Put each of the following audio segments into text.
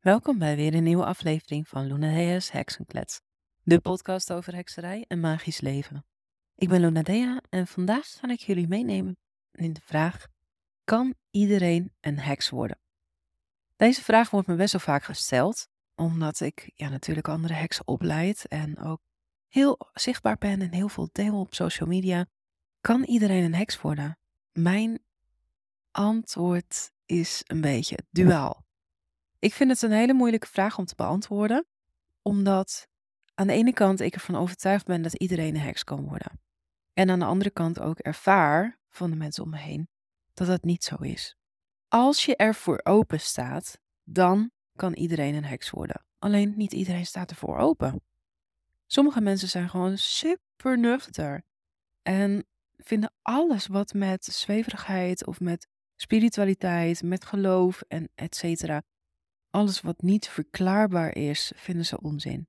Welkom bij weer een nieuwe aflevering van Lunadea's Heksenklets, de podcast over hekserij en magisch leven. Ik ben Lunadea en vandaag ga ik jullie meenemen in de vraag: kan iedereen een heks worden? Deze vraag wordt me best wel vaak gesteld, omdat ik natuurlijk andere heksen opleid en ook heel zichtbaar ben en heel veel deel op social media. Kan iedereen een heks worden? Mijn antwoord is een beetje duaal. Ik vind het een hele moeilijke vraag om te beantwoorden, omdat aan de ene kant ik ervan overtuigd ben dat iedereen een heks kan worden. En aan de andere kant ook ervaar van de mensen om me heen dat dat niet zo is. Als je ervoor open staat, dan kan iedereen een heks worden. Alleen niet iedereen staat ervoor open. Sommige mensen zijn gewoon super nuchter en vinden alles wat met zweverigheid of met spiritualiteit, met geloof en et cetera, alles wat niet verklaarbaar is, vinden ze onzin.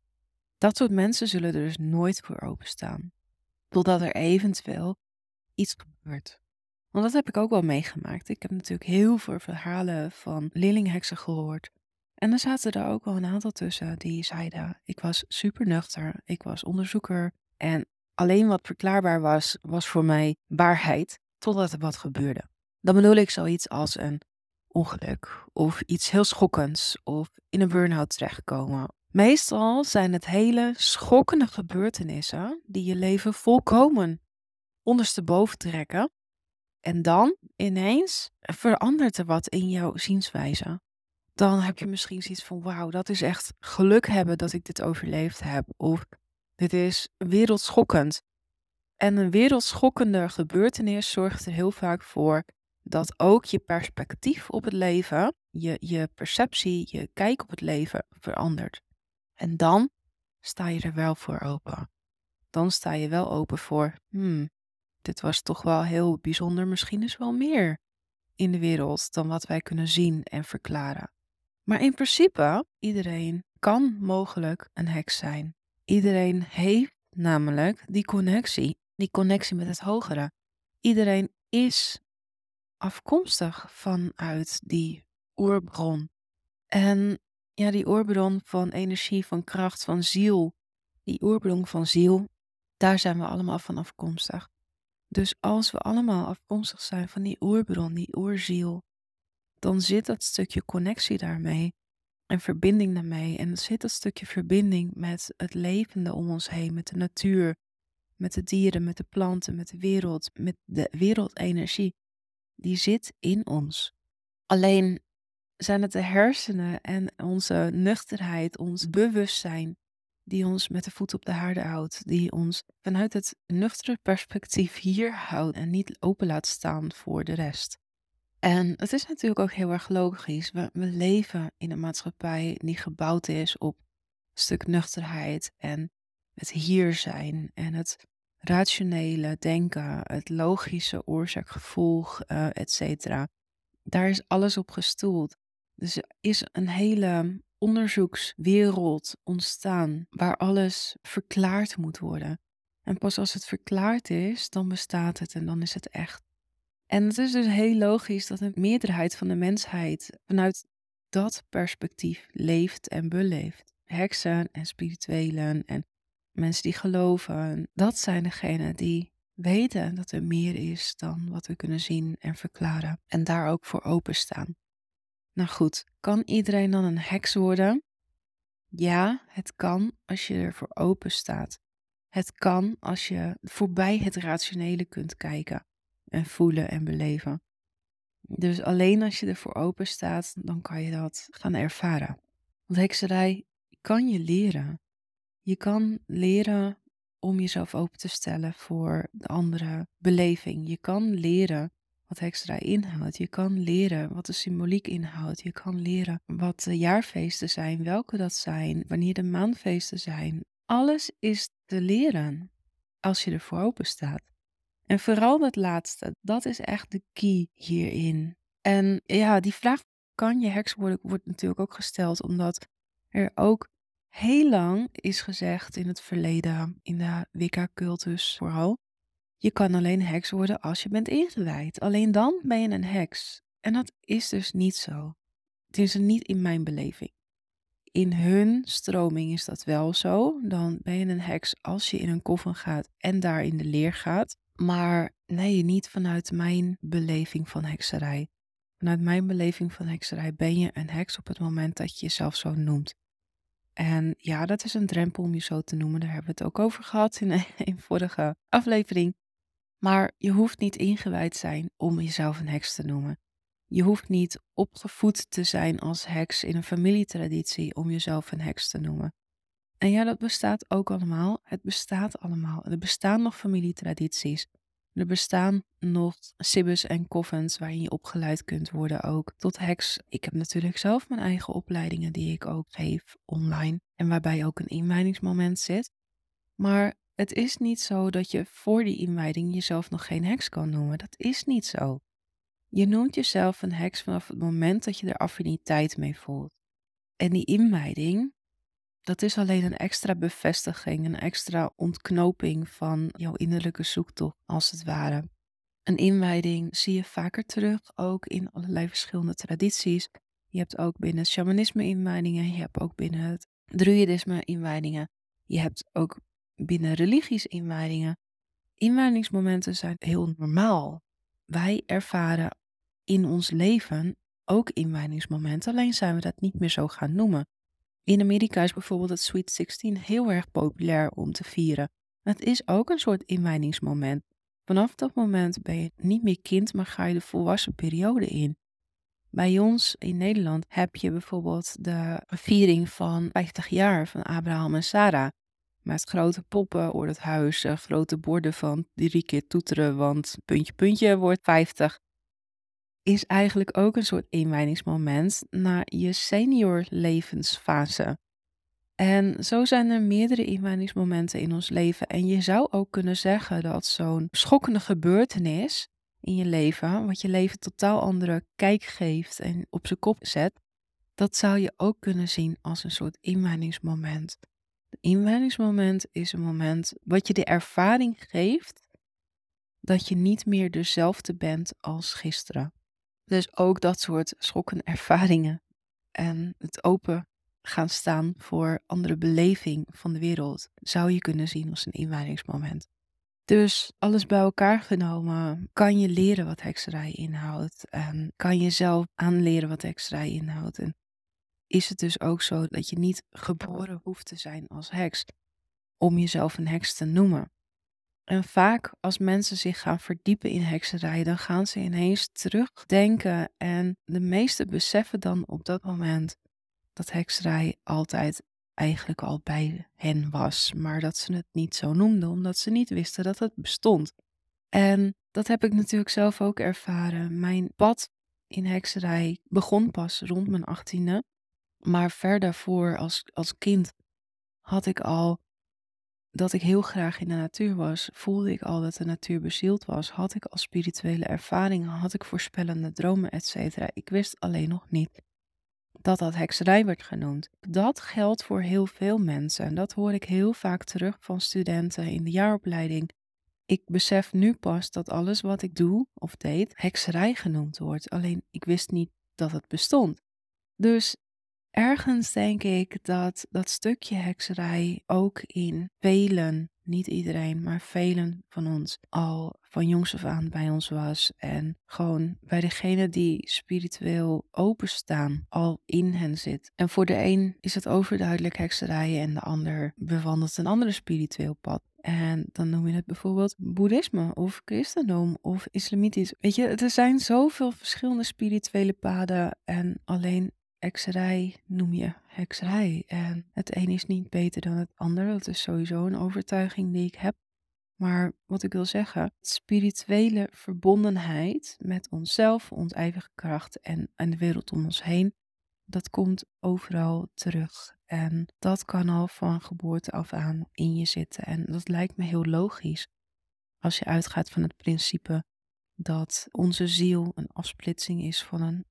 Dat soort mensen zullen er dus nooit voor openstaan. Totdat er eventueel iets gebeurt. Want dat heb ik ook wel meegemaakt. Ik heb natuurlijk heel veel verhalen van leerlingheksen gehoord. En er zaten er ook wel een aantal tussen die zeiden: ik was super nuchter, ik was onderzoeker. En alleen wat verklaarbaar was, was voor mij waarheid, totdat er wat gebeurde. Dan bedoel ik zoiets als een ongeluk of iets heel schokkends of in een burn-out terechtkomen. Meestal zijn het hele schokkende gebeurtenissen die je leven volkomen ondersteboven trekken. En dan ineens verandert er wat in jouw zienswijze. Dan heb je misschien zoiets van: wauw, dat is echt geluk hebben dat ik dit overleefd heb. Of dit is wereldschokkend. En een wereldschokkende gebeurtenis zorgt er heel vaak voor dat ook je perspectief op het leven, je perceptie, je kijk op het leven verandert. En dan sta je er wel voor open. Dan sta je wel open voor: dit was toch wel heel bijzonder. Misschien is wel meer in de wereld dan wat wij kunnen zien en verklaren. Maar in principe, iedereen kan mogelijk een heks zijn. Iedereen heeft namelijk die connectie met het hogere. Iedereen is afkomstig vanuit die oerbron. En ja, die oerbron van energie, van kracht, van ziel, die oerbron van ziel, daar zijn we allemaal van afkomstig. Dus als we allemaal afkomstig zijn van die oerbron, die oerziel, dan zit dat stukje connectie daarmee en verbinding daarmee. En zit dat stukje verbinding met het levende om ons heen, met de natuur, met de dieren, met de planten, met de wereld, met de wereldenergie. Die zit in ons. Alleen zijn het de hersenen en onze nuchterheid, ons bewustzijn, die ons met de voet op de aarde houdt, die ons vanuit het nuchtere perspectief hier houdt en niet open laat staan voor de rest. En het is natuurlijk ook heel erg logisch. We leven in een maatschappij die gebouwd is op een stuk nuchterheid en het hier zijn en het rationele denken, het logische oorzaak-gevolg, et cetera. Daar is alles op gestoeld. Dus er is een hele onderzoekswereld ontstaan waar alles verklaard moet worden. En pas als het verklaard is, dan bestaat het en dan is het echt. En het is dus heel logisch dat een meerderheid van de mensheid vanuit dat perspectief leeft en beleeft. Heksen en spirituelen en mensen die geloven, dat zijn degenen die weten dat er meer is dan wat we kunnen zien en verklaren. En daar ook voor openstaan. Nou goed, kan iedereen dan een heks worden? Ja, het kan als je ervoor open staat. Het kan als je voorbij het rationele kunt kijken en voelen en beleven. Dus alleen als je ervoor open staat, dan kan je dat gaan ervaren. Want hekserij kan je leren. Je kan leren om jezelf open te stellen voor de andere beleving. Je kan leren wat hekserij inhoudt. Je kan leren wat de symboliek inhoudt. Je kan leren wat de jaarfeesten zijn, welke dat zijn, wanneer de maandfeesten zijn. Alles is te leren als je ervoor open staat. En vooral dat laatste, dat is echt de key hierin. En ja, die vraag: kan je heks worden, wordt natuurlijk ook gesteld omdat er ook heel lang is gezegd in het verleden, in de Wicca-cultus vooral: je kan alleen heks worden als je bent ingewijd. Alleen dan ben je een heks. En dat is dus niet zo. tenminste niet in mijn beleving. In hun stroming is dat wel zo. Dan ben je een heks als je in een koffen gaat en daar in de leer gaat. Maar nee, niet vanuit mijn beleving van hekserij. Vanuit mijn beleving van hekserij ben je een heks op het moment dat je jezelf zo noemt. En ja, dat is een drempel om je zo te noemen. Daar hebben we het ook over gehad in een vorige aflevering. Maar je hoeft niet ingewijd zijn om jezelf een heks te noemen. Je hoeft niet opgevoed te zijn als heks in een familietraditie om jezelf een heks te noemen. En ja, dat bestaat ook allemaal. Het bestaat allemaal. Er bestaan nog familietradities. Er bestaan nog sibbes en coffens waarin je opgeleid kunt worden ook tot heks. Ik heb natuurlijk zelf mijn eigen opleidingen die ik ook geef online en waarbij ook een inwijdingsmoment zit. Maar het is niet zo dat je voor die inwijding jezelf nog geen heks kan noemen. Dat is niet zo. Je noemt jezelf een heks vanaf het moment dat je er affiniteit mee voelt. En die inwijding, dat is alleen een extra bevestiging, een extra ontknoping van jouw innerlijke zoektocht, als het ware. Een inwijding zie je vaker terug, ook in allerlei verschillende tradities. Je hebt ook binnen het shamanisme inwijdingen, je hebt ook binnen het druïdisme inwijdingen. Je hebt ook binnen religies inwijdingen. Inwijdingsmomenten zijn heel normaal. Wij ervaren in ons leven ook inwijdingsmomenten, alleen zijn we dat niet meer zo gaan noemen. In Amerika is bijvoorbeeld het Sweet 16 heel erg populair om te vieren. Het is ook een soort inwijdingsmoment. Vanaf dat moment ben je niet meer kind, maar ga je de volwassen periode in. Bij ons in Nederland heb je bijvoorbeeld de viering van 50 jaar van Abraham en Sarah. Met grote poppen voor het huis, grote borden van 3 keer toeteren, want puntje puntje wordt 50. Is eigenlijk ook een soort inwijdingsmoment naar je senior levensfase. En zo zijn er meerdere inwijdingsmomenten in ons leven. En je zou ook kunnen zeggen dat zo'n schokkende gebeurtenis in je leven, wat je leven totaal andere kijk geeft en op zijn kop zet, dat zou je ook kunnen zien als een soort inwijdingsmoment. Een inwijdingsmoment is een moment wat je de ervaring geeft dat je niet meer dezelfde bent als gisteren. Dus ook dat soort schokkende ervaringen en het open gaan staan voor andere beleving van de wereld zou je kunnen zien als een inwijdingsmoment. Dus alles bij elkaar genomen kan je leren wat hekserij inhoudt en kan je zelf aanleren wat hekserij inhoudt. En is het dus ook zo dat je niet geboren hoeft te zijn als heks om jezelf een heks te noemen. En vaak als mensen zich gaan verdiepen in hekserij, dan gaan ze ineens terugdenken en de meesten beseffen dan op dat moment dat hekserij altijd eigenlijk al bij hen was, maar dat ze het niet zo noemden, omdat ze niet wisten dat het bestond. En dat heb ik natuurlijk zelf ook ervaren. Mijn pad in hekserij begon pas rond mijn 18e, maar ver daarvoor als kind had ik al dat ik heel graag in de natuur was, voelde ik al dat de natuur bezield was, had ik al spirituele ervaringen, had ik voorspellende dromen, etc. Ik wist alleen nog niet dat dat hekserij werd genoemd. Dat geldt voor heel veel mensen en dat hoor ik heel vaak terug van studenten in de jaaropleiding. Ik besef nu pas dat alles wat ik doe of deed hekserij genoemd wordt, alleen ik wist niet dat het bestond. Dus ergens denk ik dat dat stukje hekserij ook in velen, niet iedereen, maar velen van ons al van jongs af aan bij ons was. En gewoon bij degene die spiritueel openstaan al in hen zit. En voor de een is het overduidelijk hekserij en de ander bewandelt een andere spiritueel pad. En dan noem je het bijvoorbeeld boeddhisme of christendom of islamitisch. Weet je, er zijn zoveel verschillende spirituele paden en alleen hekserij noem je hekserij. En het een is niet beter dan het ander. Dat is sowieso een overtuiging die ik heb. Maar wat ik wil zeggen, spirituele verbondenheid met onszelf, ons eigen kracht en de wereld om ons heen, dat komt overal terug. En dat kan al van geboorte af aan in je zitten. En dat lijkt me heel logisch als je uitgaat van het principe dat onze ziel een afsplitsing is van een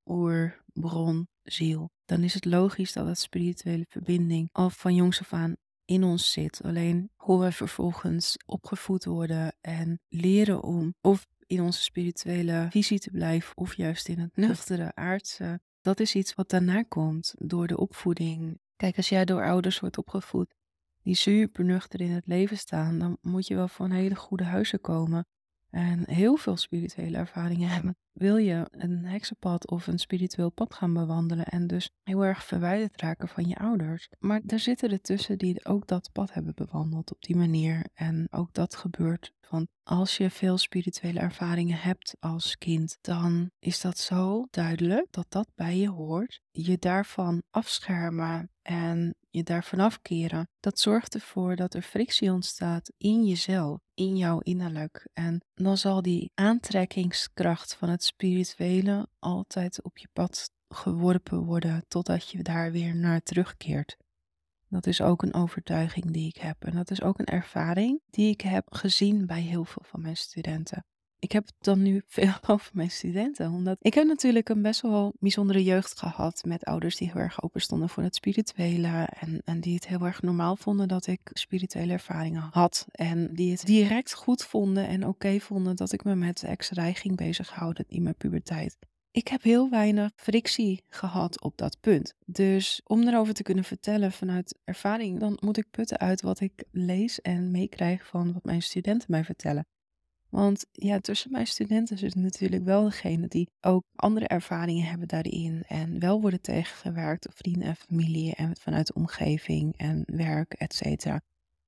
oerbronziel. Dan is het logisch dat het spirituele verbinding al van jongs af aan in ons zit. Alleen hoe we vervolgens opgevoed worden en leren om of in onze spirituele visie te blijven of juist in het nuchtere aardse Dat is iets wat daarna komt door de opvoeding. Kijk, als jij door ouders wordt opgevoed die super nuchter in het leven staan, dan moet je wel van hele goede huizen komen en heel veel spirituele ervaringen hebben. Wil je een heksenpad of een spiritueel pad gaan bewandelen en dus heel erg verwijderd raken van je ouders. Maar er zitten er tussen die ook dat pad hebben bewandeld op die manier. En ook dat gebeurt. Want als je veel spirituele ervaringen hebt als kind, dan is dat zo duidelijk dat dat bij je hoort. Je daarvan afschermen en je daarvan afkeren, dat zorgt ervoor dat er frictie ontstaat in jezelf, in jouw innerlijk. En dan zal die aantrekkingskracht van het spirituele altijd op je pad geworpen worden totdat je daar weer naar terugkeert. Dat is ook een overtuiging die ik heb. En dat is ook een ervaring die ik heb gezien bij heel veel van mijn studenten. Ik heb het dan nu veel over mijn studenten, omdat ik heb natuurlijk een best wel bijzondere jeugd gehad met ouders die heel erg open stonden voor het spirituele en die het heel erg normaal vonden dat ik spirituele ervaringen had en die het direct goed vonden en oké vonden dat ik me met hekserij ging bezighouden in mijn puberteit. Ik heb heel weinig frictie gehad op dat punt. Dus om erover te kunnen vertellen vanuit ervaring, dan moet ik putten uit wat ik lees en meekrijg van wat mijn studenten mij vertellen. Want ja, tussen mijn studenten zit natuurlijk wel degene die ook andere ervaringen hebben daarin en wel worden tegengewerkt door vrienden en familie en vanuit de omgeving en werk, et cetera.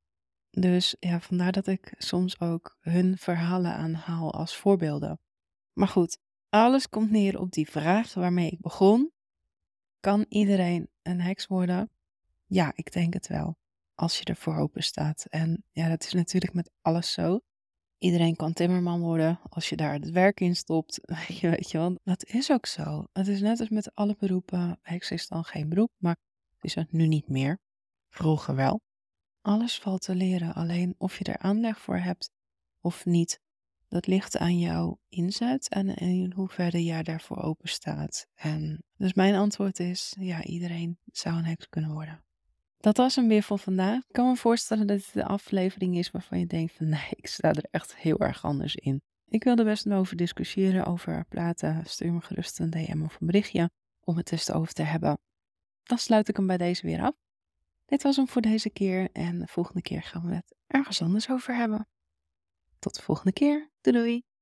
Dus ja, vandaar dat ik soms ook hun verhalen aanhaal als voorbeelden. Maar goed, alles komt neer op die vraag waarmee ik begon. Kan iedereen een heks worden? Ja, ik denk het wel. Als je ervoor open staat. En ja, dat is natuurlijk met alles zo. Iedereen kan timmerman worden als je daar het werk in stopt. Weet je wel, dat is ook zo. Het is net als met alle beroepen. Heks is dan geen beroep, maar het is het nu niet meer. Vroeger wel. Alles valt te leren, alleen of je er aanleg voor hebt of niet. Dat ligt aan jouw inzet en in hoeverre jij daarvoor open staat. En dus mijn antwoord is, ja, iedereen zou een heks kunnen worden. Dat was hem weer voor vandaag. Ik kan me voorstellen dat het de aflevering is waarvan je denkt van nee, ik sta er echt heel erg anders in. Ik wil er best nog over discussiëren, over praten. Stuur me gerust een DM of een berichtje om het eens over te hebben. Dan sluit ik hem bij deze weer af. Dit was hem voor deze keer en de volgende keer gaan we het ergens anders over hebben. Tot de volgende keer. Doei doei!